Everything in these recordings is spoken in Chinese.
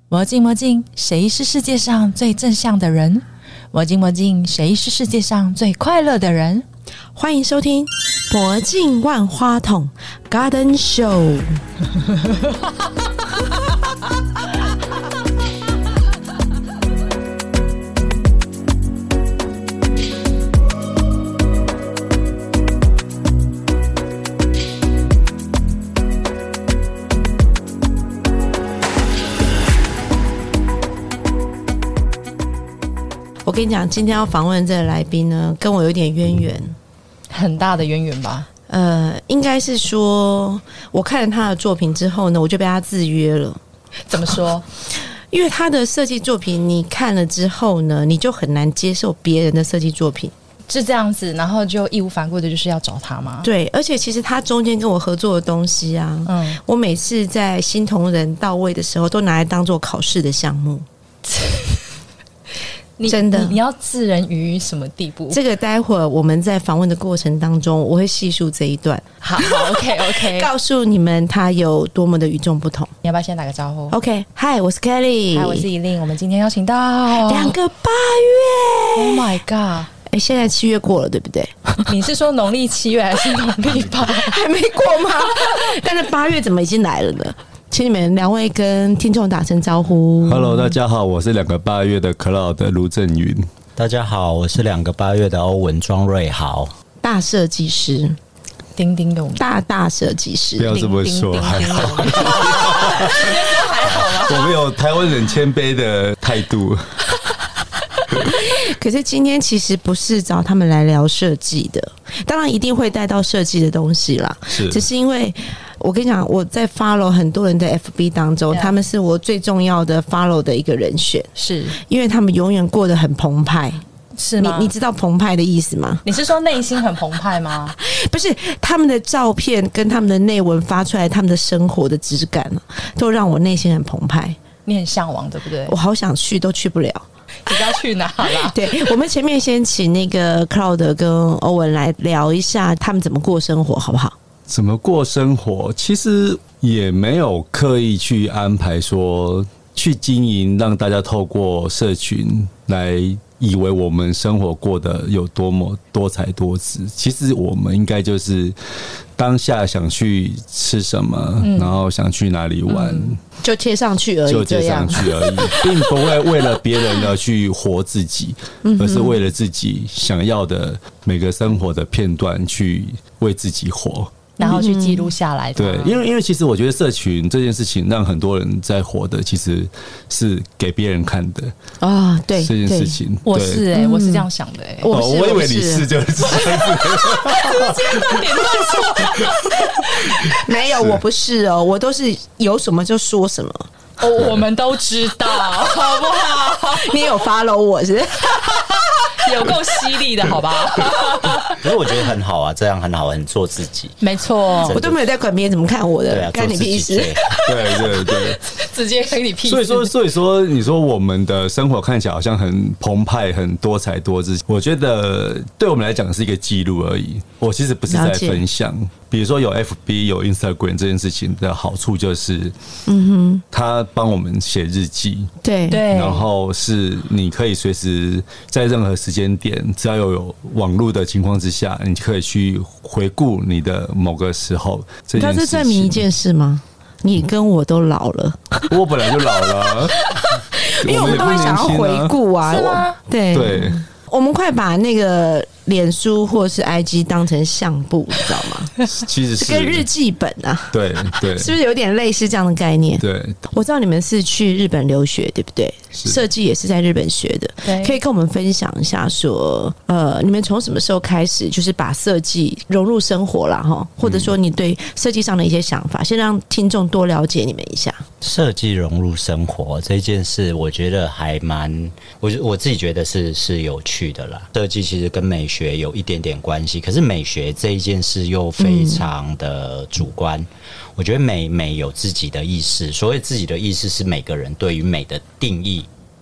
魔镜魔镜，谁是世界上最正向的人？魔镜魔镜，谁是世界上最快乐的人？ 欢迎收听魔镜万花筒 Garden Show。我跟你讲，今天要访问这个来宾呢，跟我有点渊源， 很大的渊源吧？ 应该是说，我看了他的作品之后呢，我就被他制约了。 怎么说？ 因为他的设计作品，你看了之后呢，你就很难接受别人的设计作品， 是这样子，然后就义无反顾的就是要找他吗？ 对，而且其实他中间跟我合作的东西啊，我每次在新同仁到位的时候，都拿来当做考试的项目。真的， 你要置人于什么地步？ 这个待会儿我们在访问的过程当中，我会细数这一段。 好 ，OK， 告诉你们他有多么的与众不同。 你要不要先打个招呼 ？OK， 嗨，我是 Kelly， 嗨，我是依琳。我们今天邀请到 2个8月 ，Oh my god！ 现在7月过了，对不对？ 你是说农历7月还是农历8？ 还没过吗？但是8月怎么已经来了呢？请你们2位跟听众打声招呼。 Hello， 大家好，我是2个8月的 Cloud 卢振云。 大家好，我是2个8月的欧文庄瑞豪。 大设计师， 叮叮的大设计师， 不要这么说，还好， 还好吗？ 我们有台湾人谦卑的态度。 可是今天其实不是找他们来聊设计的，当然一定会带到设计的东西啦。只是因为我跟你讲，我在 follow 很多人的 FB 当中，他们是我最重要的 follow 的一个人选， 是因为他们永远过得很澎湃。 是吗？ 你知道澎湃的意思吗？ 你是说内心很澎湃吗？ 不是，他们的照片跟他们的内文发出来，他们的生活的质感都让我内心很澎湃。 你很向往，对不对？ 我好想去，都去不了。 你知道去哪啦？ 对，我们前面先请那个 Cloud 跟欧文来聊一下他们怎么过生活，好不好？ 怎么过生活？其实也没有刻意去安排说去经营，让大家透过社群来以为我们生活过得有多么多彩多姿。其实我们应该就是当下想去吃什么，然后想去哪里玩， 就贴上去而已， 就贴上去而已，并不会为了别人而去活自己，而是为了自己想要的每个生活的片段去为自己活。 然后去记录下来。 对，因为其实我觉得社群这件事情让很多人在活的，其实是给别人看的啊。对这件事情， 我是我是这样想的我以为你是就是这样子， 直接断点断错。 没有，我不是哦，我都是有什么就说什么。 我们都知道，好不好？ 你有 follow 我是？ 有够犀利的，好吧？ 可是我觉得很好啊，这样很好，很做自己。 没错， 我都没有在管别人怎么看我的， 对啊， 干你屁事。 对， 直接跟你屁事。所以说，你说我们的生活看起来好像很澎湃、很多彩多姿，我觉得对我们来讲是一个记录而已。我其实不是在分享。比如说有 FB 有 Instagram 这件事情的好处就是，他帮我们写日记， 对， 然后是你可以随时在任何时间点，只要有网络的情况之下，你可以去回顾你的某个时候。 他是证明一件事吗？你跟我都老了， 我本来就老了， 因为我们都会想要回顾啊， 是吗？ 对，我们快把那个脸书或是 IG 当成相簿，你知道吗？ 其实是跟日记本啊， 对， 是不是有点类似这样的概念？ 对， 我知道你们是去日本留学，对不对？设计也是在日本学的，可以跟我们分享一下说，你们从什么时候开始就是把设计融入生活啦，哈，或者说你对设计上的一些想法，先让听众多了解你们一下。 设计融入生活这件事，我觉得还蛮，我自己觉得是有趣的啦。设计其实跟美学有一点点关系，可是美学这一件事又非常的主观。我觉得美有自己的意识，所谓自己的意识是每个人对于美的定义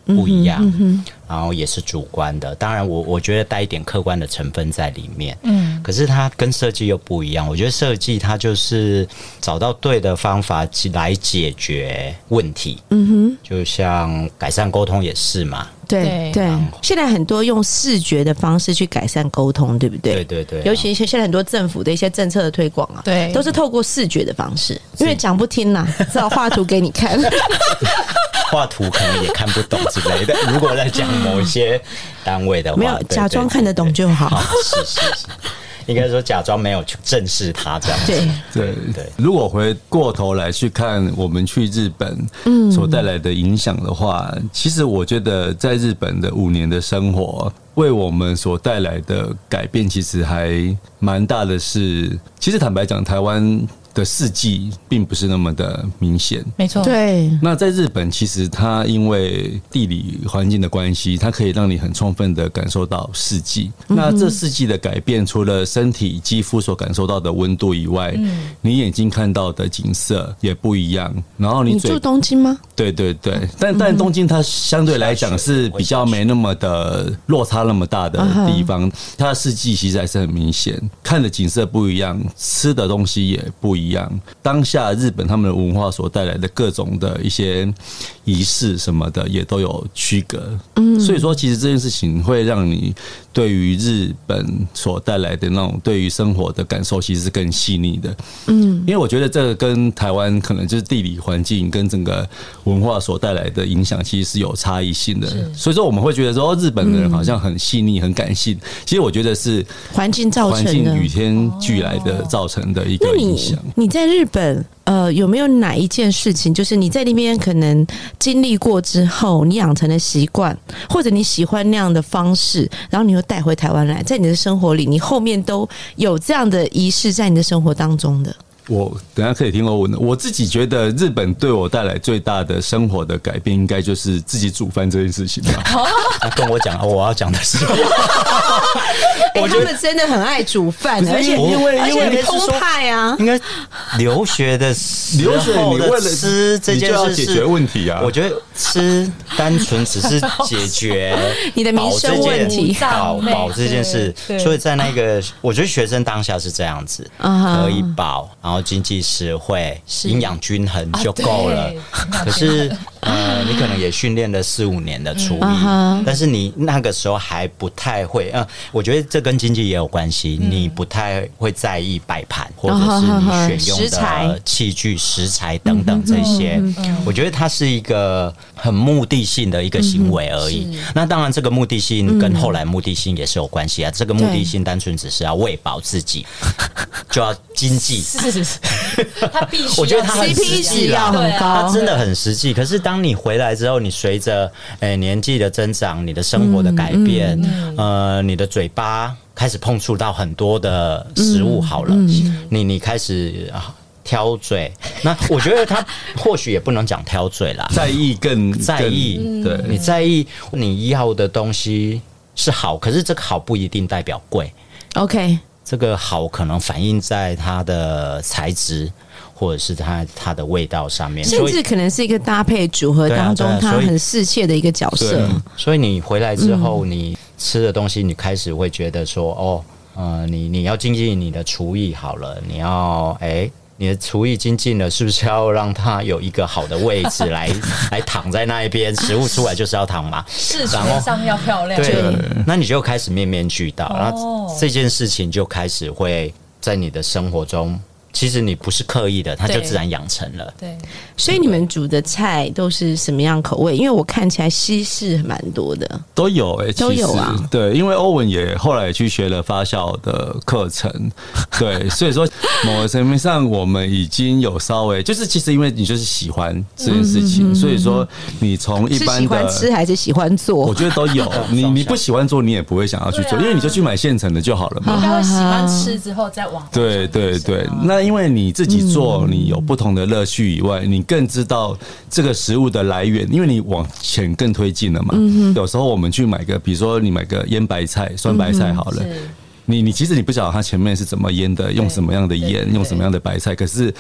不一样，然后也是主观的。当然我觉得带一点客观的成分在里面，可是它跟设计又不一样。我觉得设计它就是找到对的方法来解决问题，就像改善沟通也是嘛。 对，现在很多用视觉的方式去改善沟通，对不对？ 对， 尤其是现在很多政府的一些政策的推广啊， 对， 都是透过视觉的方式，因为讲不听啦，只好画图给你看。 画图可能也看不懂之类的。如果在讲某一些单位的话， 没有假装看得懂就好。 是。应该说假装没有去正视它这样子。 对。如果回过头来去看我们去日本所带来的影响的话，其实我觉得在日本的5年的生活为我们所带来的改变其实还蛮大的是，其实坦白讲台湾的四季并不是那么的明显， 没错。 对。 那在日本，其实它因为地理环境的关系，它可以让你很充分的感受到四季。那这四季的改变，除了身体肌肤所感受到的温度以外，你眼睛看到的景色也不一样。然后你住东京吗？ 对，但东京它相对来讲是比较没那么的落差那么大的地方，它的四季其实还是很明显，看的景色不一样，吃的东西也不一样。当下日本他们的文化所带来的各种的一些仪式什么的也都有区隔，所以说其实这件事情会让你对于日本所带来的那种对于生活的感受其实是更细腻的，因为我觉得这个跟台湾可能就是地理环境跟整个文化所带来的影响其实是有差异性的，所以说我们会觉得说日本的人好像很细腻很感性，其实我觉得是环境造成的， 环境与天俱来的造成的一个影响。 你在日本有没有哪一件事情，就是你在那边可能经历过之后，你养成了习惯，或者你喜欢那样的方式，然后你又带回台湾来，在你的生活里，你后面都有这样的仪式在你的生活当中的？ 我等一下可以听我问的。我自己觉得日本对我带来最大的生活的改变，应该就是自己煮饭这件事情吧。 他跟我讲，我要讲的是， 我觉得他们真的很爱煮饭，而且因为通派啊， 应该留学的时候你为了吃这件事你就要解决问题啊。 我觉得吃单纯只是解决你的民生问题， 饱这件事，所以在那个我觉得学生当下是这样子，可以饱，然后经济实惠，营养均衡就够了。可是你可能也训练了4-5年的厨艺，但是你那个时候还不太会。我觉得这跟经济也有关系，你不太会在意摆盘，或者是你选用的器具、食材等等这些。我觉得它是一个很目的性的一个行为而已。那当然，这个目的性跟后来目的性也是有关系啊。这个目的性单纯只是要喂饱自己，就要经济。 他必须， 我觉得他很实际啦，他真的很实际。可是当你回来之后，你随着年纪的增长，你的生活的改变，你的嘴巴开始碰触到很多的食物，好了，你开始挑嘴。那我觉得他或许也不能讲挑嘴啦， 在意更在意，对，你在意你要的东西是好，可是这个好不一定代表贵。 OK。 这个好可能反映在它的材质，或者是它的味道上面， 甚至可能是一个搭配组合当中，它很适切的一个角色。 所以你回来之后，你吃的东西，你开始会觉得说，你要精进你的厨艺好了，你要你的厨艺精进了，是不是要让它有一个好的位置来躺在那一边？食物出来就是要躺嘛， 视觉上要漂亮。 对，那你就开始面面俱到，然后这件事情就开始会在你的生活中。其实你不是刻意的，它就自然养成了。 对， 所以你们煮的菜都是什么样口味？因为我看起来西式蛮多的， 都有都有啊。 对，因为欧文也后来去学了发酵的课程，对，所以说某个层面上，我们已经有稍微就是其实因为你就是喜欢这件事情，所以说你从一般的是喜欢吃还是喜欢做， 我觉得都有。你不喜欢做，你也不会想要去做，因为你就去买现成的就好了嘛。 应该会喜欢吃之后再往对。那因为你自己做，你有不同的乐趣以外，你更知道这个食物的来源，因为你往前更推进了嘛。有时候我们去买个，比如说你买个腌白菜、酸白菜好了，你其实你不晓得它前面是怎么腌的，用什么样的盐，用什么样的白菜，可是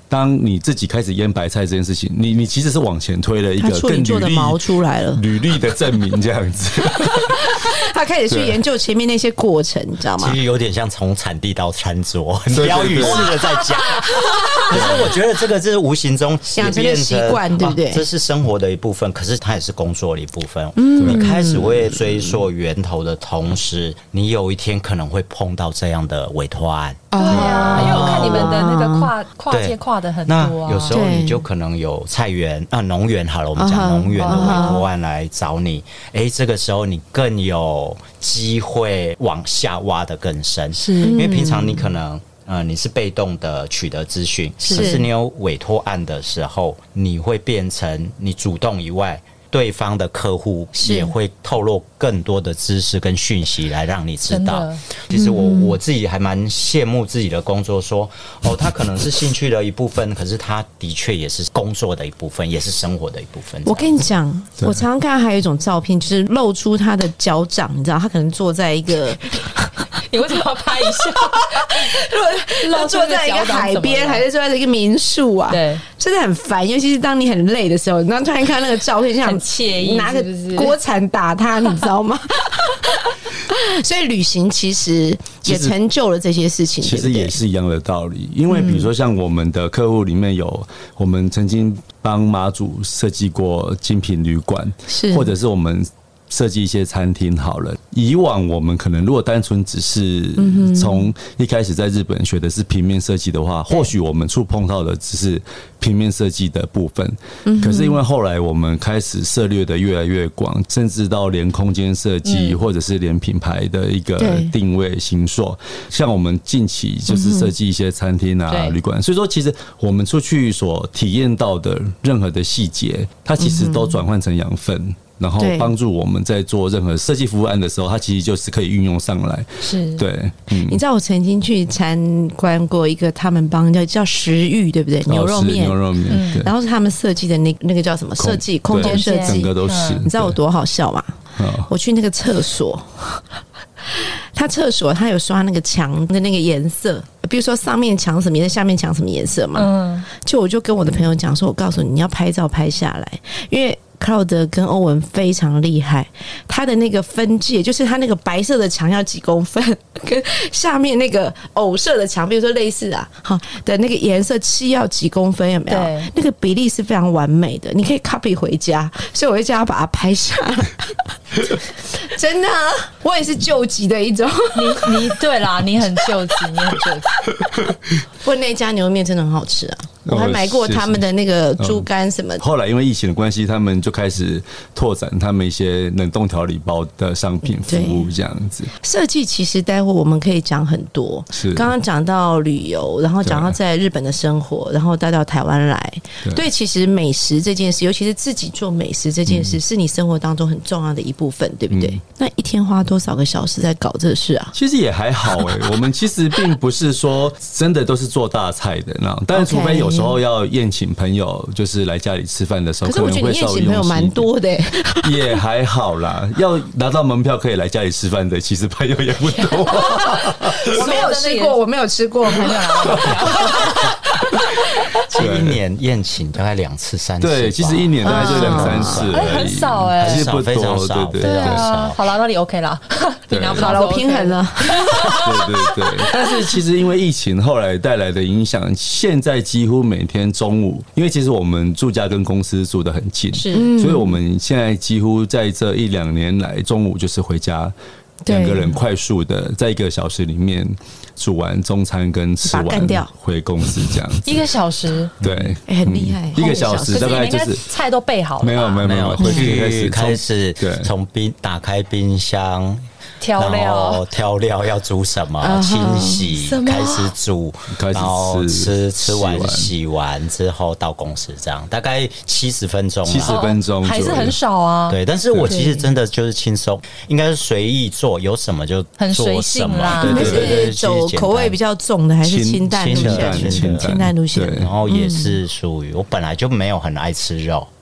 当你自己开始腌白菜这件事情，你其实是往前推了一个更做的毛出来了， 履历的证明这样子。 他开始去研究前面那些过程，你知道吗？ 其实有点像从产地到餐桌，很标语式的在讲。可是我觉得这个是无形中养成的习惯，对不对？ 这是生活的一部分，可是它也是工作的一部分。你开始会追溯源头的同时，你有一天可能会碰到这样的委托案。 对啊，因为我看你们的那个跨界跨的很多啊。 那有时候你就可能有菜园农园好了，我们讲农园的委托案来找你，这个时候你更有机会往下挖得更深， 是因为平常你可能你是被动的取得资讯，可是你有委托案的时候，你会变成你主动以外，对方的客户也会透露更多的知识跟讯息来让你知道。其实我自己还蛮羡慕自己的工作说，他可能是兴趣的一部分，可是他的确也是工作的一部分，也是生活的一部分。 我跟你讲，我常常看还有一种照片，就是露出他的脚掌，你知道，他可能坐在一个你为什么要拍一下？ 坐在一个海边，还是坐在一个民宿啊？ 对， 真的很烦。尤其是当你很累的时候，然后突然看那个照片，像很惬意， 拿个锅铲打他，你知道吗？所以旅行其实也成就了这些事情， 其实也是一样的道理。因为比如说像我们的客户里面有，我们曾经帮马祖设计过精品旅馆，或者是我们设计一些餐厅好了。以往我们可能如果单纯只是从一开始在日本学的是平面设计的话，或许我们触碰到的只是平面设计的部分。可是因为后来我们开始涉猎的越来越广，甚至到连空间设计或者是连品牌的一个定位形塑，像我们近期就是设计一些餐厅啊、旅馆。所以说其实我们出去所体验到的任何的细节，它其实都转换成养分，然后帮助我们在做任何设计服务案的时候，它其实就是可以运用上来。 是， 对。 你知道我曾经去参观过一个他们帮叫食欲，对不对？牛肉面， 牛肉面。 然后是他们设计的那个叫什么设计？空间设计， 整个都是。 你知道我多好笑吗？我去那个厕所。他厕所他有刷那个墙的那个颜色，比如说上面墙什么颜色，下面墙什么颜色嘛。我就跟我的朋友讲说，我告诉你，你要拍照拍下来，因为克劳德跟欧文非常厉害，他的那个分界就是他那个白色的墙要几公分，跟下面那个藕色的墙，比如说类似的那个颜色漆要几公分，有没有？那个比例是非常完美的，你可以 copy 回家，所以我就叫他把它拍下来。真的我也是救急的一种。 你对啦，你很救急，你很救急。 不过那家牛肉面真的很好吃啊，我还买过他们的那个猪肝什么的。 后来因为疫情的关系，他们就开始拓展他们一些冷冻调理包的商品服务，这样子。 设计其实待会我们可以讲很多，刚刚讲到旅游，然后讲到在日本的生活，然后带到台湾来。对，其实美食这件事，尤其是自己做美食这件事，是你生活当中很重要的一部分，对不对？那一天花多少个小时在搞这事啊？ 其实也还好我们其实并不是说真的都是做大菜的那种，但是除非有时候要宴请朋友，就是来家里吃饭的时候， 可是我觉得你宴请朋友蛮多的也还好啦。要拿到门票可以来家里吃饭的，其实朋友也不多。 我没有吃过，我没有吃过，朋友拿到门票。 这一年宴请大概2次3次， 对，其实一年大概就2-3次而已， 很少其实不多， 非常少， 对啊。好了，那你 OK 啦，你拿不到了，我平衡了。 对。但是其实因为疫情后来带来的影响，现在几乎每天中午，因为其实我们住家跟公司住得很近，所以我们现在几乎在这1-2年来，中午就是回家。2个人快速的在1个小时里面煮完中餐跟吃完回公司这样子 ，1个小时， 对， 很厉害。 1个小时大概就是菜都备好了， 没有，回去开始从打开冰箱。 挑料要煮什么，清洗，开始煮，然后吃完洗完之后到公司，这样大概70分钟 ，70分钟还是很少啊。 对，但是我其实真的就是轻松，应该是随意做，有什么就很随性啦。 你们是走口味比较重的，还是清淡路线？清淡路线， 然后也是属于我本来就没有很爱吃肉。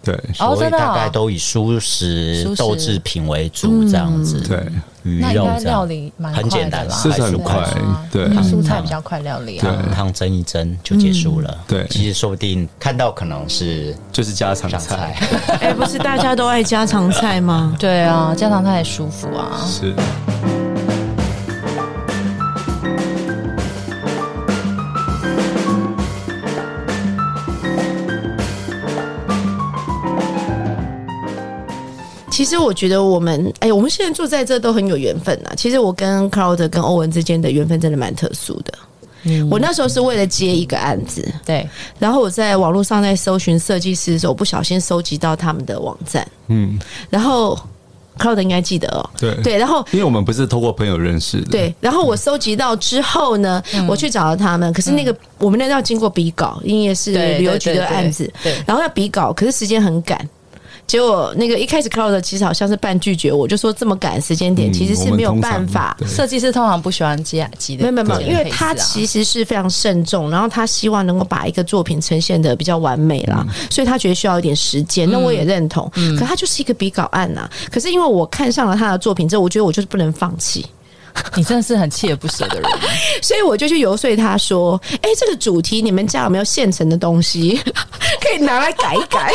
对， 所以大概都以蔬食豆制品为主，这样子。 对， 鱼肉料理很简单啦， 是很快，对， 蔬菜比较快料理啊， 汤蒸一蒸就结束了。 对， 其实说不定看到可能是就是家常菜。 不是大家都爱家常菜吗？ 对啊，家常菜也舒服啊。 是。 其实我觉得我们现在住在这都很有缘分啊。其实我跟 Cloud 跟欧文之间的缘分真的蛮特殊的。我那时候是为了接一个案子， 对， 然后我在网络上在搜寻设计师的时候，我不小心收集到他们的网站，然后 Cloud 应该记得哦，对，然后因为我们不是透过朋友认识的， 对，然后我收集到之后呢，我去找到他们，可是那个我们那要经过比稿，因为是旅游局的案子，对，然后要比稿，可是时间很赶。结果那个一开始 Cloud 其实好像是半拒绝我，就说这么赶时间点其实是没有办法。 设计师通常不喜欢急的， 没有，因为他其实是非常慎重，然后他希望能够把一个作品呈现的比较完美啦，所以他觉得需要一点时间。那我也认同，可他就是一个比稿案呐。可是因为我看上了他的作品之后，我觉得我就是不能放弃。 你真的是很锲而不舍的人， 所以我就去游说他说：“这个主题你们家有没有现成的东西可以拿来改一改？”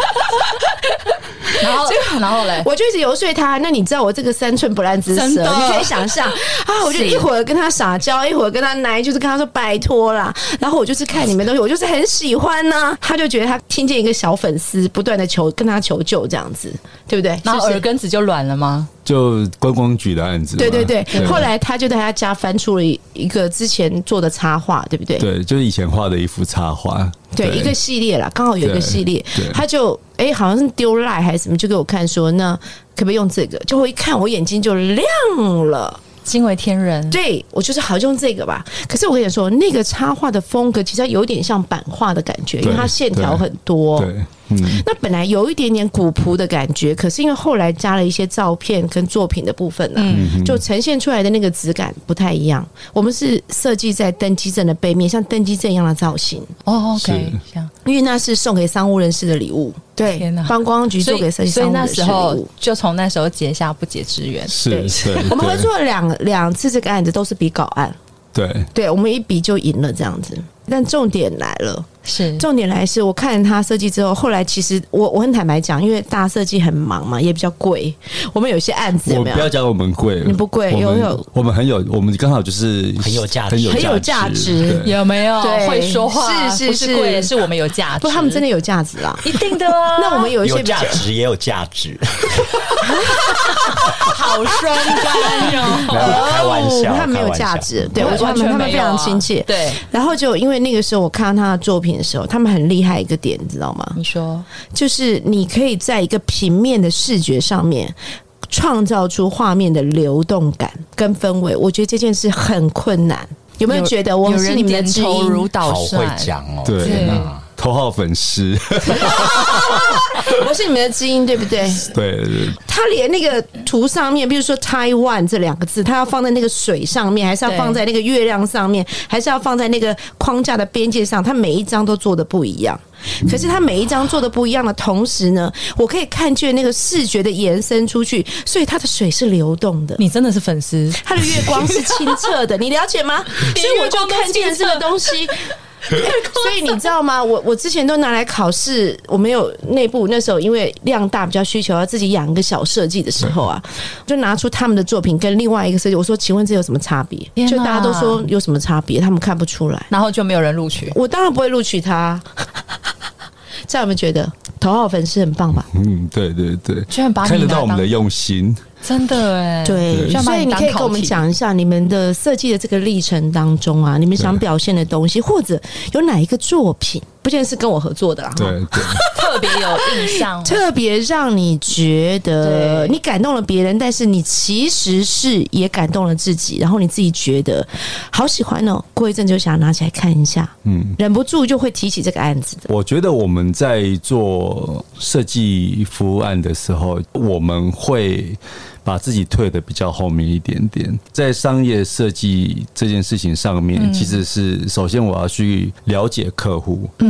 然后嘞，我就一直游说他。那你知道我这个3寸不烂之舌，你可以想象啊！我就一会儿跟他撒娇，一会儿跟他奶，就是跟他说拜托啦。然后我就是看你们东西，我就是很喜欢呢。他就觉得他听见一个小粉丝不断的跟他求救，这样子，对不对？ 然后耳根子就软了吗？ 就观光局的案子， 对，后来他就在他家翻出了一个之前做的插画，对不对？ 对，就是以前画的一幅插画， 对，一个系列啦，刚好有一个系列，他就好像是丢赖还是什么，就给我看说，那可不可以用这个？就我一看，我眼睛就亮了。 惊为天人， 对，我就是好用这个吧。可是我跟你说，那个插画的风格其实有点像版画的感觉，因为它线条很多。对，那本来有一点点古朴的感觉，可是因为后来加了一些照片跟作品的部分呢，就呈现出来的那个质感不太一样。我们是设计在登机证的背面，像登机证一样的造型。 哦 ，OK， 因为那是送给商务人士的礼物。对，观光局做给设计商务人士的礼物， 所以那时候就从那时候结下不解之缘。 是， 我们合作了两次这个案子都是比稿案。对，我们一比就赢了这样子。但重点来了，重点来是我看他设计之后，后来其实我很坦白讲，因为大设计很忙嘛，也比较贵。我们有一些案子有没有？ 我不要讲我们贵， 你不贵， 我们很有，我们刚好就是很有价值， 很有价值， 有没有？ 对， 会说话，不是贵，是我们有价值。 不，他们真的有价值啦， 一定的啊。 那我们有一些有价值，也有价值， 好双关哦。开玩笑， 他们没有价值，对，我觉得他们非常亲切。 对， 然后就因为那个时候我看到他的作品的时候，他们很厉害一个点，你知道吗？ 你说， 就是你可以在一个平面的视觉上面创造出画面的流动感跟氛围，我觉得这件事很困难。有没有觉得我是你们的知音？ 如捣蒜， 好会讲哦， 对，头号粉丝。 我是你们的知音，对不对？ 对。 他连那个图上面，比如说 Taiwan 这2个字，他要放在那个水上面，还是要放在那个月亮上面，还是要放在那个框架的边界上？他每一张都做的不一样。可是他每一张做的不一样的同时呢，我可以看见那个视觉的延伸出去，所以它的水是流动的。 你真的是粉丝， 它的月光是清澈的，你了解吗？所以我就看见这个东西。所以你知道吗？我之前都拿来考试，我没有内部那时候因为量大比较需求，要自己养一个小设计的时候啊，就拿出他们的作品跟另外一个设计，我说请问这有什么差别？就大家都说有什么差别，他们看不出来， 然后就没有人录取。 我当然不会录取他。这样有没有觉得头号粉丝很棒吧？ 对， 居然把你看得到我们的用心。 真的哎， 对，所以你可以跟我们讲一下你们的设计的这个历程当中啊，你们想表现的东西，或者有哪一个作品，不见得是跟我合作的啦， 对， 特别有印象， 特别让你觉得你感动了别人，但是你其实是也感动了自己，然后你自己觉得好喜欢哦，过一阵就想拿起来看一下，忍不住就会提起这个案子的。 我觉得我们在做设计服务案的时候，我们会把自己退得比较后面一点点，在商业设计这件事情上面，其实是首先我要去了解客户，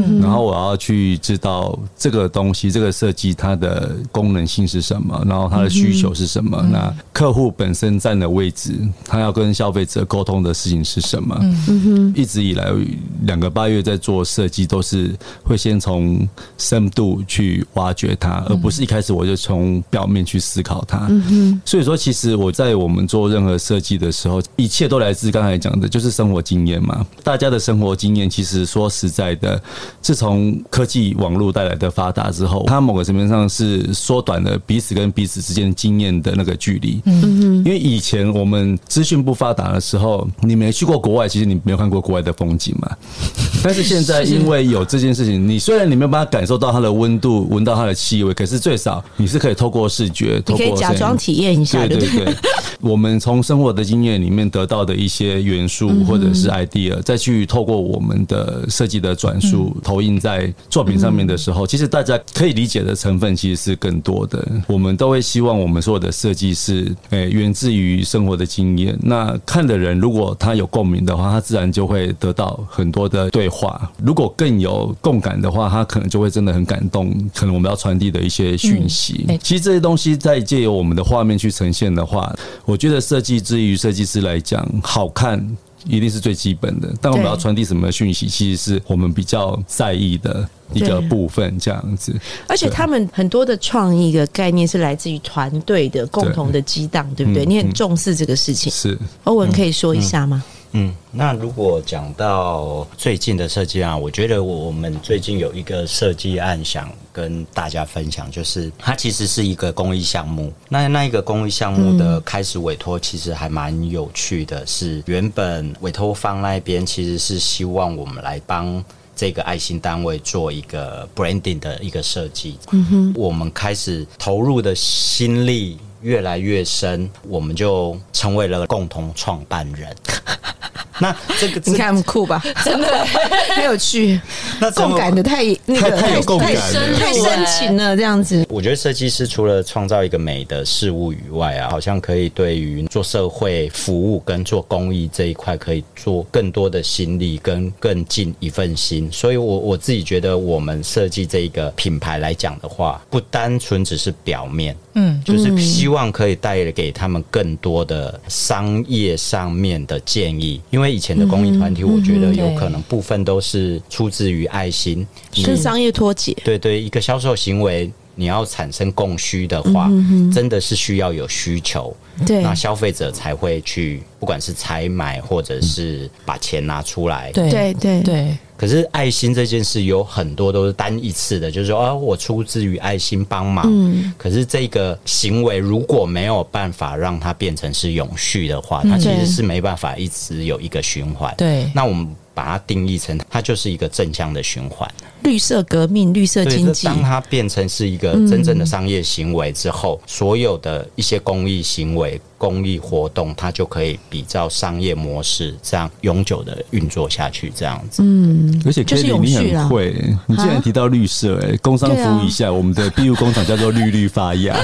然后我要去知道这个东西这个设计它的功能性是什么，然后它的需求是什么，那客户本身占的位置，他要跟消费者沟通的事情是什么。一直以来2个8月在做设计都是会先从深度去挖掘它，而不是一开始我就从表面去思考它。所以说其实我在我们做任何设计的时候，一切都来自刚才讲的就是生活经验嘛。大家的生活经验其实说实在的，自从科技网络带来的发达之后，它某个层面上是缩短了彼此跟彼此之间经验的那个距离。因为以前我们资讯不发达的时候，你没去过国外，其实你没有看过国外的风景嘛。但是现在因为有这件事情，你虽然你没有办法感受到它的温度，闻到它的气味，可是最少你是可以透过视觉， 你可以假装体验一下。 对对对，我们从生活的经验里面得到的一些元素或者是 idea， 再去透过我们的设计的转述投影在作品上面的时候，其实大家可以理解的成分其实是更多的。我们都会希望我们所有的设计是源自于生活的经验，那看的人如果他有共鸣的话，他自然就会得到很多的对话。如果更有共感的话，他可能就会真的很感动可能我们要传递的一些讯息。其实这些东西在借由我们的画面去呈现的话，我觉得设计之于设计师来讲，好看一定是最基本的，但我们要传递什么讯息，其实是我们比较在意的一个部分，这样子。 而且他们很多的创意的概念是来自于团队的共同的激荡， 对不对？你很重视这个事情。 是欧文可以说一下吗？ 那如果讲到最近的设计案，我觉得我们最近有一个设计案想跟大家分享，就是它其实是一个公益项目。那一个公益项目的开始委托其实还蛮有趣的，是原本委托方那边其实是希望我们来帮这个爱心单位做一个 branding 的一个设计。我们开始投入的心力越来越深，我们就成为了共同创办人。那这个你看很酷吧？真的很有趣，共感的太有共感了，太深情了，这样子。 我觉得设计师除了创造一个美的事物以外啊，好像可以对于做社会服务跟做公益这一块，可以做更多的心力跟更尽一份心。所以我自己觉得，我们设计这一个品牌来讲的话，不单纯只是表面，就是希望可以带给他们更多的商业上面的建议。因为以前的公益团体，我觉得有可能部分都是出自于爱心， 跟商业脱节。 对对，一个销售行为，你要产生供需的话，真的是需要有需求， 对， 那消费者才会去，不管是采买或者是把钱拿出来。 对对对对。 可是爱心这件事有很多都是单一次的，就是说我出自于爱心帮忙，可是这个行为如果没有办法让它变成是永续的话，它其实是没办法一直有一个循环。 对， 那我们把它定义成它就是一个正向的循环， 绿色革命、绿色经济。 当它变成是一个真正的商业行为之后，所有的一些公益行为、公益活动，它就可以比照商业模式这样永久的运作下去，这样子。 而且 Kelly 你很会，你既然提到绿色，工商服务一下，我们的庇护工厂叫做绿绿发芽。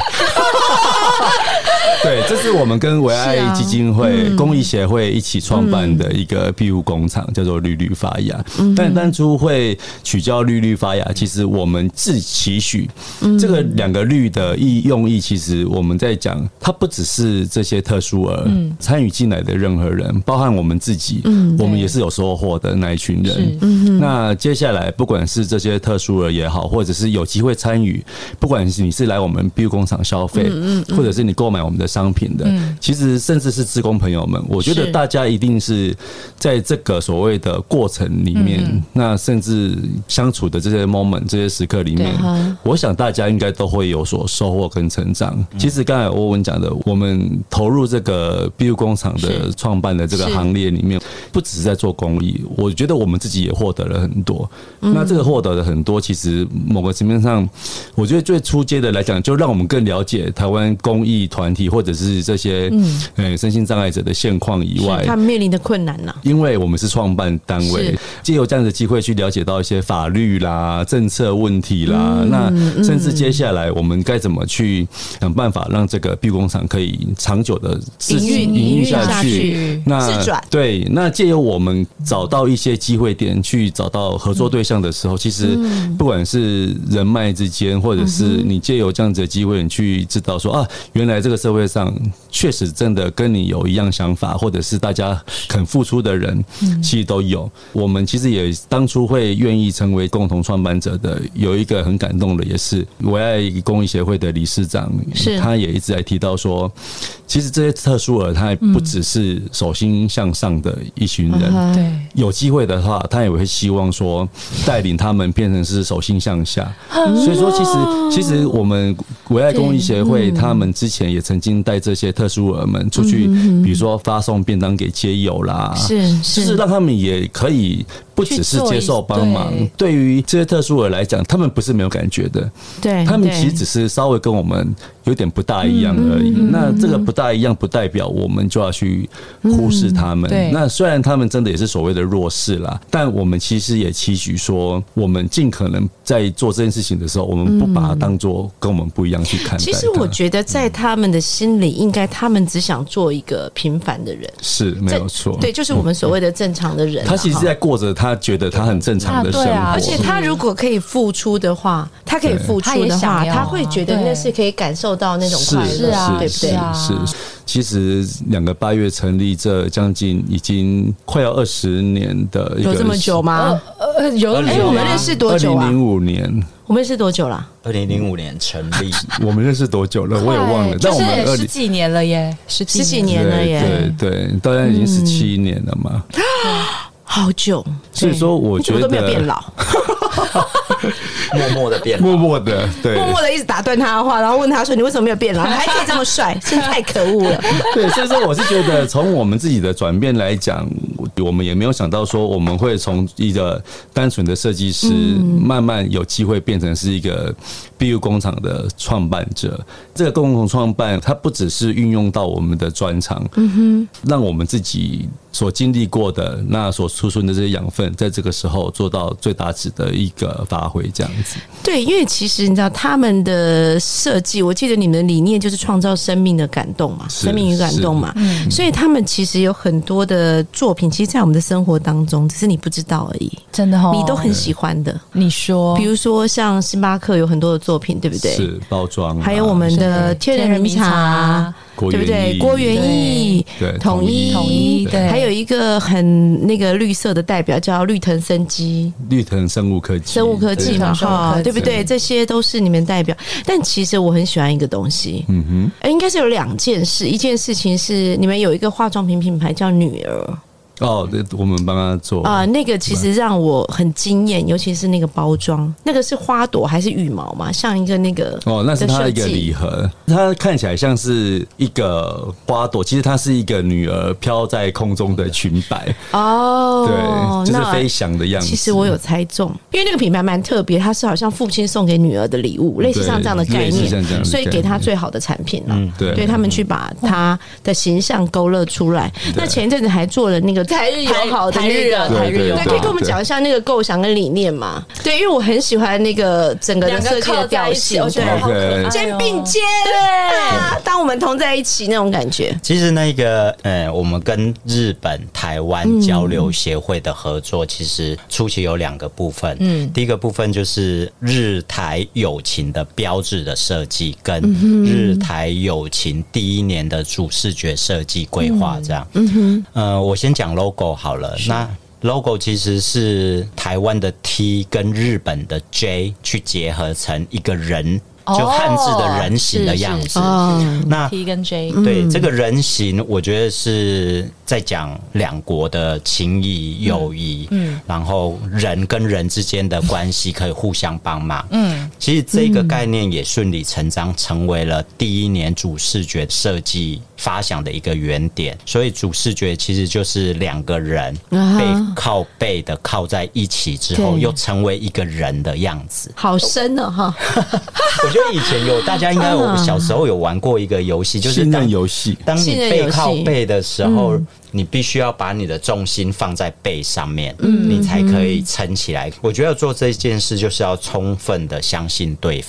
对，这是我们跟维爱基金会、公益协会一起创办的一个庇护工厂，叫做绿绿发芽。但当初会取叫绿绿发芽，其实我们自期许这个2个绿的用意，其实我们在讲，它不只是这些特殊儿参与进来的任何人，包含我们自己，我们也是有收获的那一群人。那接下来，不管是这些特殊儿也好，或者是有机会参与，不管是你是来我们庇护工厂消费，或者是你购买我们的商品的，其实甚至是志工朋友们，我觉得大家一定是在这个所谓的过程里面，那甚至相处的这些 moment 这些时刻里面，我想大家应该都会有所收获跟成长。其实刚才欧文讲的，我们投入这个庇护工厂的创办的这个行列里面，不只是在做公益，我觉得我们自己也获得了很多。那这个获得的很多，其实某个层面上，我觉得最初阶的来讲，就让我们更了解台湾公益团体或者是这些身心障碍者的现况以外， 他们面临的困难呐。 因为我们是创办单位，藉由这样的机会去了解到一些法律啦、政策问题啦，那甚至接下来我们该怎么去想办法让这个庇护工厂可以长久的营运下去。那对，那借由我们找到一些机会点，去找到合作对象的时候，其实不管是人脉之间，或者是你借由这样子的机会，你去知道说原来这个社会上确实真的跟你有一样想法，或者是大家肯付出的人，其实都有。我们其实也当初会愿意成为共同创办者的，有一个很感动的，也是为爱公益协会的理事长，他也一直在提到说，其实这些特殊儿他不只是手心向上的一群人， 对， 有机会的话，他也会希望说带领他们变成是手心向下。所以说，其实我们为爱公益协会他们之前也曾经带这些特殊儿们出去，比如说发送便当给街友啦，就是让他们也可以不只是接受帮忙。对于这些特殊儿来讲，他们不是没有感觉的，对，他们其实只是稍微跟我们有点不大一样而已。那这个不大一样，不代表我们就要去忽视他们。那虽然他们真的也是所谓的弱势啦，但我们其实也期许说，我们尽可能在做这件事情的时候，我们不把它当作跟我们不一样去看待。 其实我觉得在他们的心里，应该他们只想做一个平凡的人， 是没有错。 对，就是我们所谓的正常的人。 他其实在过着他觉得他很正常的生活， 而且他如果可以付出的话，他可以付出的话，他会觉得那是可以感受到那种快乐，对不对？ 是。其实2个8月成立，这将近已经快要20年的一个， 有这么久吗？有，我们认识多久啊 ？2005年。 我们认识多久了 ？2005年成立。 我们认识多久了？我也忘了。 但我们10几年了耶，10几年了耶。 对，大概已经17年了嘛。 好久。 所以说，我觉得我都没有变老。 默默的变， 默默的，对， 默默的一直打断他的话，然后问他说：“你为什么没有变老？你还可以这么帅，真太可恶了。” 对，所以说我是觉得，从我们自己的转变来讲，我们也没有想到说我们会从一个单纯的设计师，慢慢有机会变成是一个 BU 工厂的创办者。这个共同创办，它不只是运用到我们的专长，让我们自己所经历过的那所储存的这些养分，在这个时候做到最大值的一个发挥，这样子。 对，因为其实你知道他们的设计，我记得你们的理念就是创造生命的感动嘛，生命与感动嘛，所以他们其实有很多的作品，其实，在我们的生活当中，只是你不知道而已。真的哦，你都很喜欢的。你说，比如说像星巴克有很多的作品，对不对？ 是包装， 还有我们的天人茗茶。对不对？郭元义、统一，对，还有一个很那个绿色的代表叫绿藤生机、 绿藤生物科技嘛，哈，对不对？这些都是你们代表。但其实我很喜欢一个东西，应该是有2件事。一件事情是你们有一个化妆品品牌叫女儿。 我们帮他做那个其实让我很惊艳，尤其是那个包装，那个是花朵还是羽毛嘛？像一个那个那是它一个礼盒，它看起来像是一个花朵，其实它是一个女儿飘在空中的裙摆对，就是飞翔的样子。 其实我有猜中，因为那个品牌蛮特别，它是好像父亲送给女儿的礼物，类似像这样的概念，所以给他最好的产品了。对他们去把他的形象勾勒出来。那前一阵子还做了那个台日友好的那个台日友好，对，可以跟我们讲一下那个构想跟理念嘛？对，因为我很喜欢那个整个的设计的调性，对，肩并肩，对，当我们同在一起那种感觉。 其实那个我们跟日本、台湾交流协会的合作，其实初期有2个部分。第一个部分就是日台友情的标志的设计，跟日台友情第1年的主视觉设计规划这样。我先讲 logo 好了。那 logo 其实是台湾的 T 跟日本的 J 去结合成一个人，就汉字的人形的样子。 那 T 跟 J， 对，这个人形，我觉得是在讲2国的情谊、友谊，然后人跟人之间的关系可以互相帮忙。其实这个概念也顺理成章成为了第1年主视觉设计发想的一个原点。所以主视觉其实就是2个人背靠背的靠在一起之后，又成为一个人的样子。 好深哦哈！ 我觉得以前大家应该有小时候有玩过一个游戏，就是信任游戏。 当你背靠背的时候，你必须要把你的重心放在背上面，你才可以撑起来。我觉得做这件事就是要充分的相信对方。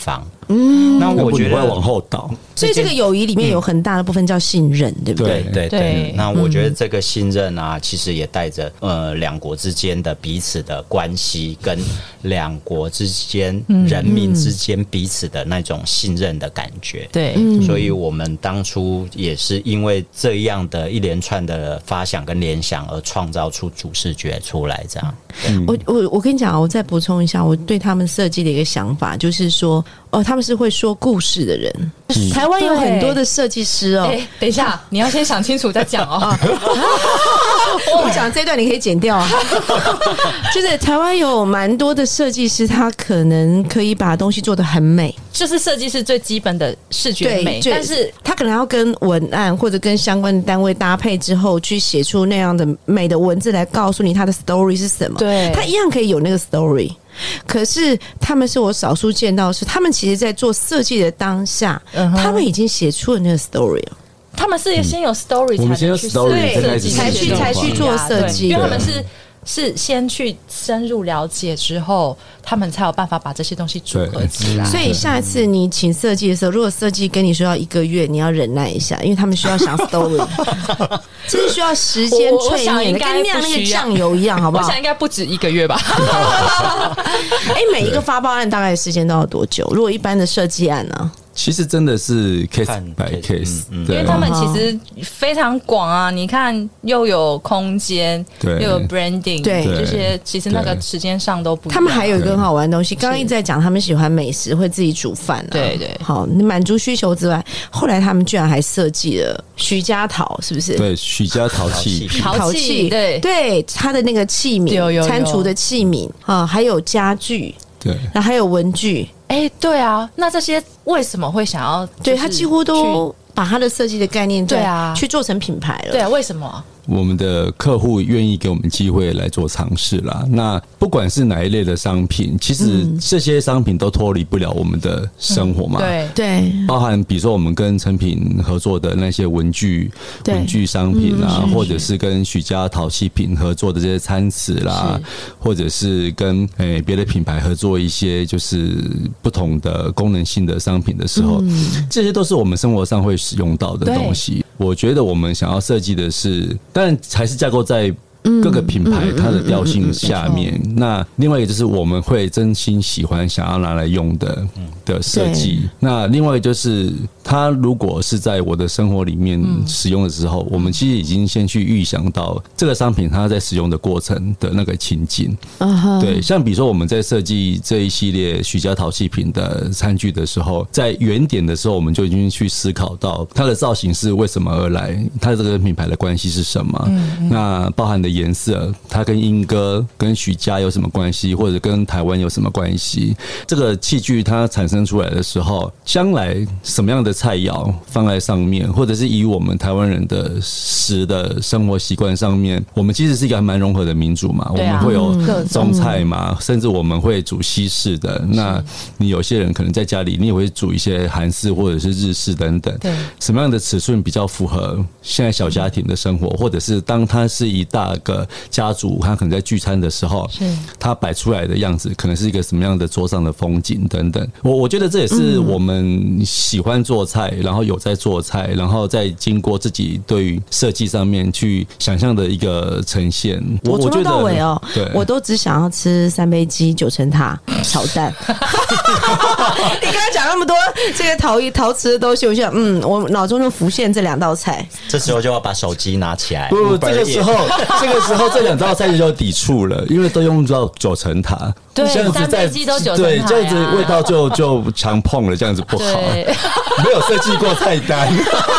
那我觉得不会往后倒。 所以这个友谊里面有很大的部分叫信任，对不对？ 对。那我觉得这个信任啊，其实也带着两国之间的彼此的关系，跟两国之间人民之间彼此的那种信任的感觉。 对， 所以我们当初也是因为这样的一连串的发想跟联想而创造出主视觉出来，这样。 我跟你讲，我再补充一下，我对他们设计的一个想法，就是说，他们是会说故事的人。台湾有很多的设计师哦。 等一下，你要先想清楚再讲哦。 我讲这段你可以剪掉啊。就是台湾有蛮多的设计师，他可能可以把东西做得很美， 就是设计师最基本的视觉美，但是他可能要跟文案或者跟相关的单位搭配之后，去写出那样的美的文字来告诉你他的 story 是什么。 对， 他一样可以有那个 story。可是他们是我少数见到是，他们其实在做设计的当下，他们已经写出了那个 story 了。 他们是先有 story 才去设计， 才去做设计， 因为他们是先去深入了解之后，他们才有办法把这些东西组合起来。 所以下一次你请设计的时候，如果设计跟你说要1个月，你要忍耐一下，因为他们需要想 story， 这是需要时间淬炼的，跟酿那个酱油一样，好不好？ 我想应该不止1个月吧。 每一个发包案大概时间都要多久？如果一般的设计案呢？ 其实真的是 case by case， 因为他们其实非常广啊。你看，又有空间，又有 branding， 对这些，其实那个时间上都不一样。 他们还有一个很好玩的东西，刚刚一直在讲，他们喜欢美食，会自己煮饭啊。 对， 好，满足需求之外，后来他们居然还设计了许家陶，是不是？ 对，许家陶器， 对，他的那个器皿，餐厨的器皿啊，还有家具， 对， 然后还有文具。 对啊，那这些为什么会想要？ 对，他几乎都把他的设计的概念去做成品牌了。 对啊，为什么？ 我们的客户愿意给我们机会来做尝试啦。那不管是哪一类的商品，其实这些商品都脱离不了我们的生活嘛。 对， 包含比如说我们跟成品合作的那些文具商品啊，或者是跟许家陶器品合作的这些餐瓷啦，或者是跟别的品牌合作一些就是不同的功能性的商品的时候，这些都是我们生活上会使用到的东西。我觉得我们想要设计的是，当然还是架构在各个品牌它的调性下面。那另外一个就是我们会真心喜欢想要拿来用的设计。那另外一个就是它如果是在我的生活里面使用的时候，我们其实已经先去预想到这个商品它在使用的过程的那个情境。对，像比如说我们在设计这一系列许家陶器品的餐具的时候，在原点的时候我们就已经去思考到它的造型是为什么而来，它这个品牌的关系是什么。那包含的颜色，它跟英歌跟许家有什么关系，或者跟台湾有什么关系，这个器具它产生出来的时候，将来什么样的菜肴放在上面，或者是以我们台湾人的食的生活习惯上面，我们其实是一个还蛮融合的民族嘛。我们会有中菜嘛，甚至我们会煮西式的。那你有些人可能在家里你也会煮一些韩式或者是日式等等。什么样的尺寸比较符合现在小家庭的生活，或者是当它是一大个家族，他可能在聚餐的时候，他摆出来的样子可能是一个什么样的桌上的风景等等。我觉得这也是我们喜欢做菜，然后有在做菜，然后再经过自己对于设计上面去想象的一个呈现。 我从头到尾我都只想要吃3杯鸡、9层塔、炒蛋。你刚才讲那么多这个陶瓷的东西，我就想，我脑中就浮现这2道菜。 这时候就要把手机拿起来。 不，这个时候这2道菜就有抵触了，因为都用到9层塔。 对，3杯鸡都9层塔。 对，这样子味道就强碰了，这样子不好。没有设计过菜单。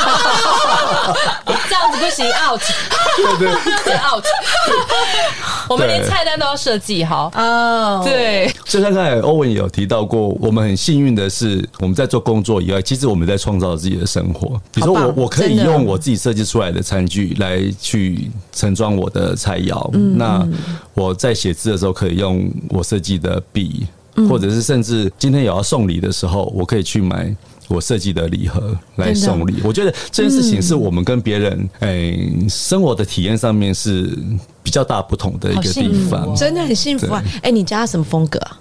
这样子不行 ，out。对 ，out。我们连菜单都要设计好。对。 就像刚才欧文也有提到过，我们很幸运的是，我们在做工作以外，其实我们在创造自己的生活。比如说我可以用我自己设计出来的餐具来去盛装我的菜肴。那我在写字的时候可以用我设计的笔，或者是甚至今天有要送礼的时候，我可以去买我设计的礼盒来送礼。我觉得这件事情是我们跟别人生活的体验上面是比较大不同的一个地方。 真的很幸福啊！你家什么风格啊？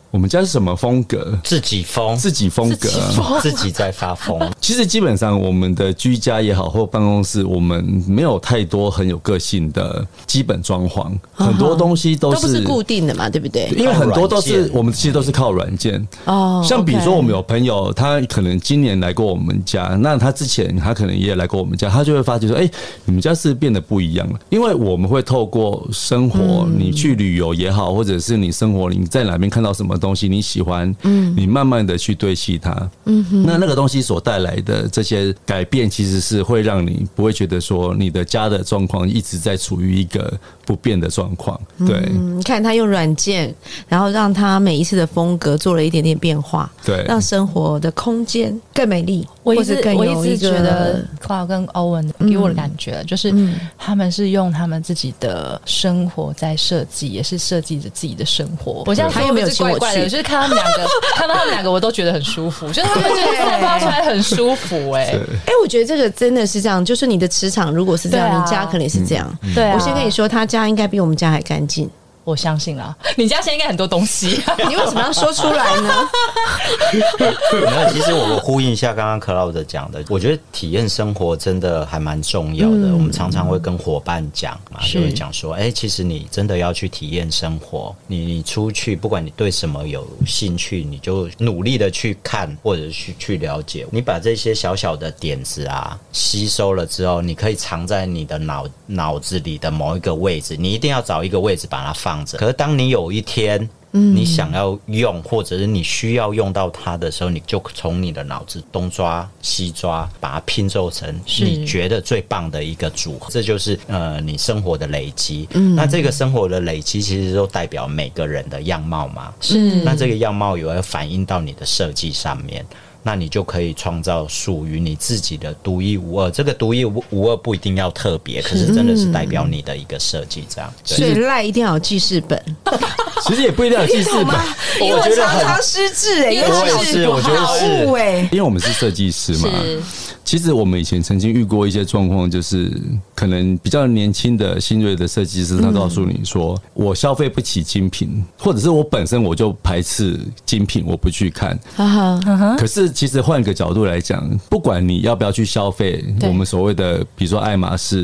我们家是什么风格？ 自己风格，自己在发疯。 其实基本上我们的居家也好，或办公室，我们没有太多很有个性的基本装潢，很多东西都不是固定的嘛，对不对？ 因为很多都是我们其实都是靠软件。像比如说我们有朋友，他可能今年来过我们家，那他之前他可能也来过我们家，他就会发觉说，你们家是变得不一样了，因为我们会透过生活，你去旅游也好，或者是你生活你在哪边看到什么东西你喜欢，你慢慢的去堆砌它，那个东西所带来的这些改变，其实是会让你不会觉得说你的家的状况一直在处于一个不变的状况。对， 你看他用软件，然后让他每一次的风格做了一点点变化， 对， 让生活的空间更美丽。 我一直觉得 Cloud 跟 Owen 给我的感觉就是他们是用他们自己的生活在设计，也是设计着自己的生活。我这样说没有怪怪的，就是看到他们两个我都觉得很舒服，就是他们就是散发出来很舒服。 我觉得这个真的是这样，就是你的磁场如果是这样，你家可能也是这样。对啊，我先跟你说，他家应该比我们家还干净。 我相信啦，你家现在应该很多东西， 你为什么要说出来呢？ 其实我呼应一下刚刚 Cloud 讲的，我觉得体验生活真的还蛮重要的。我们常常会跟伙伴讲嘛，就会讲说，其实你真的要去体验生活，你出去，不管你对什么有兴趣，你就努力的去看或者去了解。你把这些小小的点子吸收了之后，你可以藏在你的脑子里的某一个位置，你一定要找一个位置把它放。可是当你有一天你想要用或者是你需要用到它的时候，你就从你的脑子东抓西抓，把它拼凑成你觉得最棒的一个组合。这就是你生活的累积。那这个生活的累积其实都代表每个人的样貌嘛。那这个样貌也会反映到你的设计上面。那你就可以创造属于你自己的独一无二。这个独一无二不一定要特别，可是真的是代表你的一个设计这样。 所以赖一定要有记事本。 其实也不一定要有记事本， 因为我常常失智我也是，我觉得是因为我们是设计师嘛。其实我们以前曾经遇过一些状况，就是可能比较年轻的新锐的设计师，他告诉你说，我消费不起精品，或者是我本身我就排斥精品，我不去看。可是其实换个角度来讲，不管你要不要去消费我们所谓的比如说爱马仕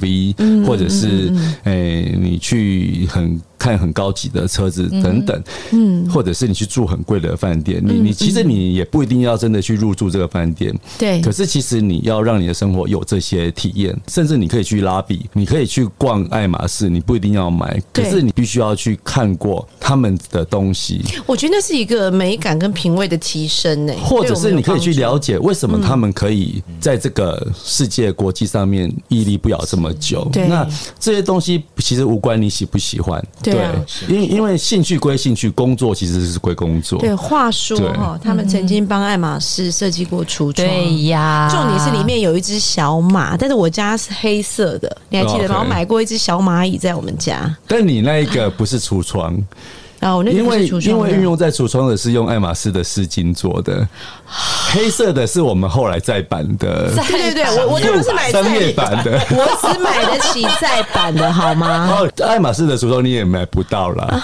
LV，或者是你去看很高级的车子等等，或者是你去住很贵的饭店，你其实你也不一定要真的去入住这个饭店，对。可是其实你要让你的生活有这些体验，甚至你可以去拉比，你可以去逛爱马仕，你不一定要买，可是你必须要去看过他们的东西。 我觉得那是一个美感跟品味的提升呢， 或者是你可以去了解为什么他们可以在这个世界国际上面屹立不摇这么久。那这些东西其实无关你喜不喜欢。对，因为兴趣归兴趣，工作其实是归工作。 对，话说他们曾经帮爱马仕设计过橱窗。 对呀， 重点是里面有一只小马，但是我家是黑色的，你还记得吗？我买过一只小蚂蚁在我们家。 但你那一个不是橱窗。 因为运用在橱窗的是用爱马仕的丝巾做的，黑色的是我们后来再版的。 对，我当然是买商业版的， 我只买得起再版的好吗？ 爱马仕的橱窗你也买不到啦。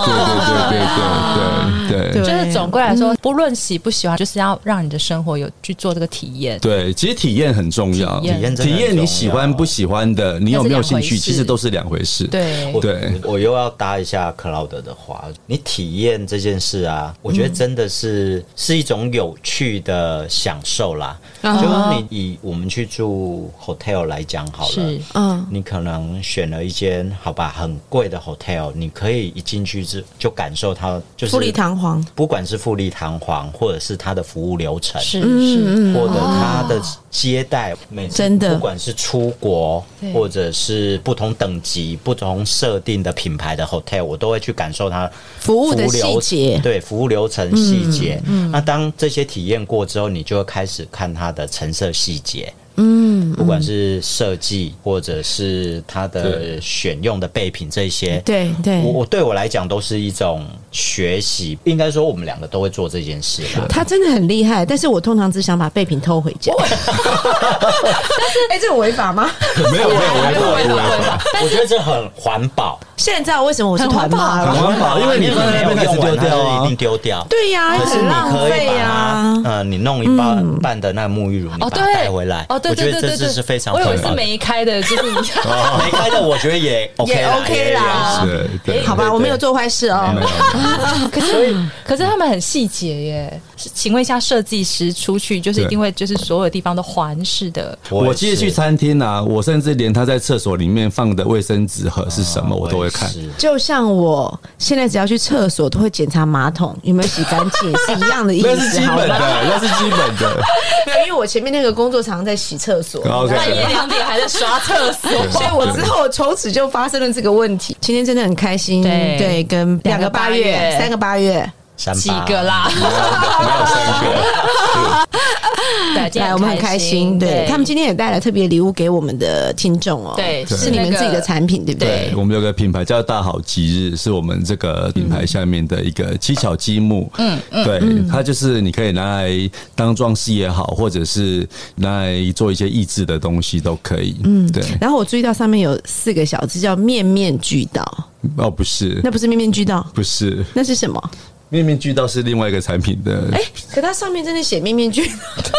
对， 就是总归来说，不论喜不喜欢，就是要让你的生活有去做这个体验。 对，其实体验很重要，体验你喜欢不喜欢的，你有没有兴趣，其实都是两回事。 对， 我又要搭一下 Cloud 的话。你体验这件事我觉得真的是一种有趣的享受啦。就是你以我们去住 hotel 来讲好了，你可能选了一间好吧很贵的 hotel， 你可以一进去就感受它就是富丽堂皇， 不管是富丽堂皇，或者是它的服务流程，或者它的接待， 真的不管是出国或者是不同等级、不同设定的品牌的 hotel， 我都会去感受它服务的细节， 对服务流程细节。那当这些体验过之后，你就会开始看它的陈设细节。不管是设计或者是它的选用的备品这些， 对我对我来讲都是一种学习，应该说我们两个都会做这件事啦。 他真的很厉害，但是我通常只想把备品偷回家。但是，这有违法吗？ 没有违法。 我觉得这很环保。 现在知道为什么我是团妈了？ 很环保，因为你放在那边开始丢掉啊， 一定丢掉。 对呀， 可是你可以把它，你弄一半的那个沐浴乳，你把它带回来。 哦，对对对对， 我觉得这是非常环保的。 我以为是没开的，就是没开的，我觉得也 OK 啦。 对， 好吧，我没有做坏事哦。 可是他们很细节耶。请问一下，设计师出去就是一定会就是所有地方都环视的。 我记得去餐厅啊，我甚至连他在厕所里面放的卫生纸盒是什么，我都会看。 就像我现在只要去厕所，都会检查马桶有没有洗干净，是一样的意思。 那是基本的，那是基本的。 没有，因为我前面那个工作常在洗厕所， 半夜2点还在刷厕所， 所以我之后从此就发生了这个问题。今天真的很开心，对，跟2个8月、3个8月。 几个啦？ 没有3个。 对，我们很开心。对，他们今天也带了特别礼物给我们的听众哦。 对， 是你们自己的产品，对不对？ 对，我们有个品牌叫大好吉日，是我们这个品牌下面的一个七巧积木。对，它就是你可以拿来当装饰也好，或者是拿来做一些益智的东西都可以。对。 然后我注意到上面有4个小字，叫面面俱到。 哦，不是， 那不是面面俱到， 不是， 那是什么？ 面面俱到是另外一个产品的。 可它上面真的写面面俱到，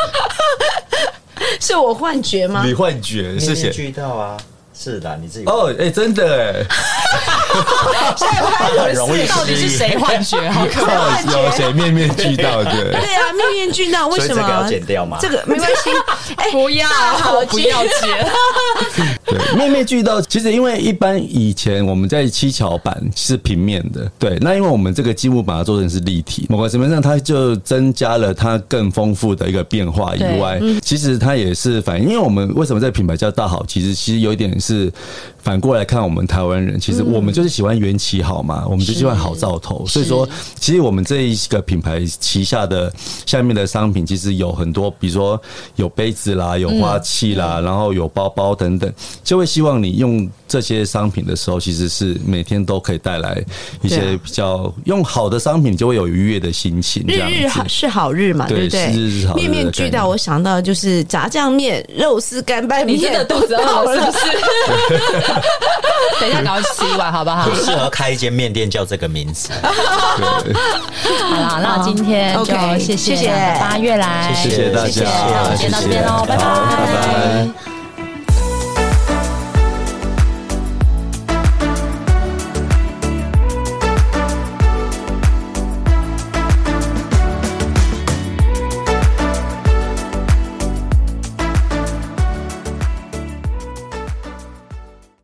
是我幻觉吗？ 你幻觉是写面面俱到啊。是的，你自己哦，真的现在拍很容易， 到底是谁幻觉？好可怕！ 有谁面面俱到的？ 对啊，面面俱到，为什么？ 这个要剪掉吗？ 这个没关系， 不要，我不要剪。 对，面面俱到，其实因为一般以前我们在七巧板是平面的，对，那因为我们这个积木把它做成是立体，某个层面上它就增加了它更丰富的一个变化以外，其实它也是反映，因为我们为什么这品牌叫大好，其实有一点是反过来看我们台湾人，其实我们就是喜欢缘起好嘛，我们就喜欢好兆头，所以说其实我们这一个品牌旗下的下面的商品其实有很多，比如说有杯子啦，有花器啦，然后有包包等等，就会希望你用这些商品的时候，其实是每天都可以带来一些比较用好的商品，就会有愉悦的心情。日日是好日嘛，对不对？ 日是好日。 面面俱到，我想到就是炸酱面、肉丝干拌面。 你真的肚子饿了是不是？等一下，赶快吃一碗好不好？ 不适合开一间面店叫这个名字。 好啦，那今天就谢谢8月来， 谢谢大家， 先到这边喽，拜拜。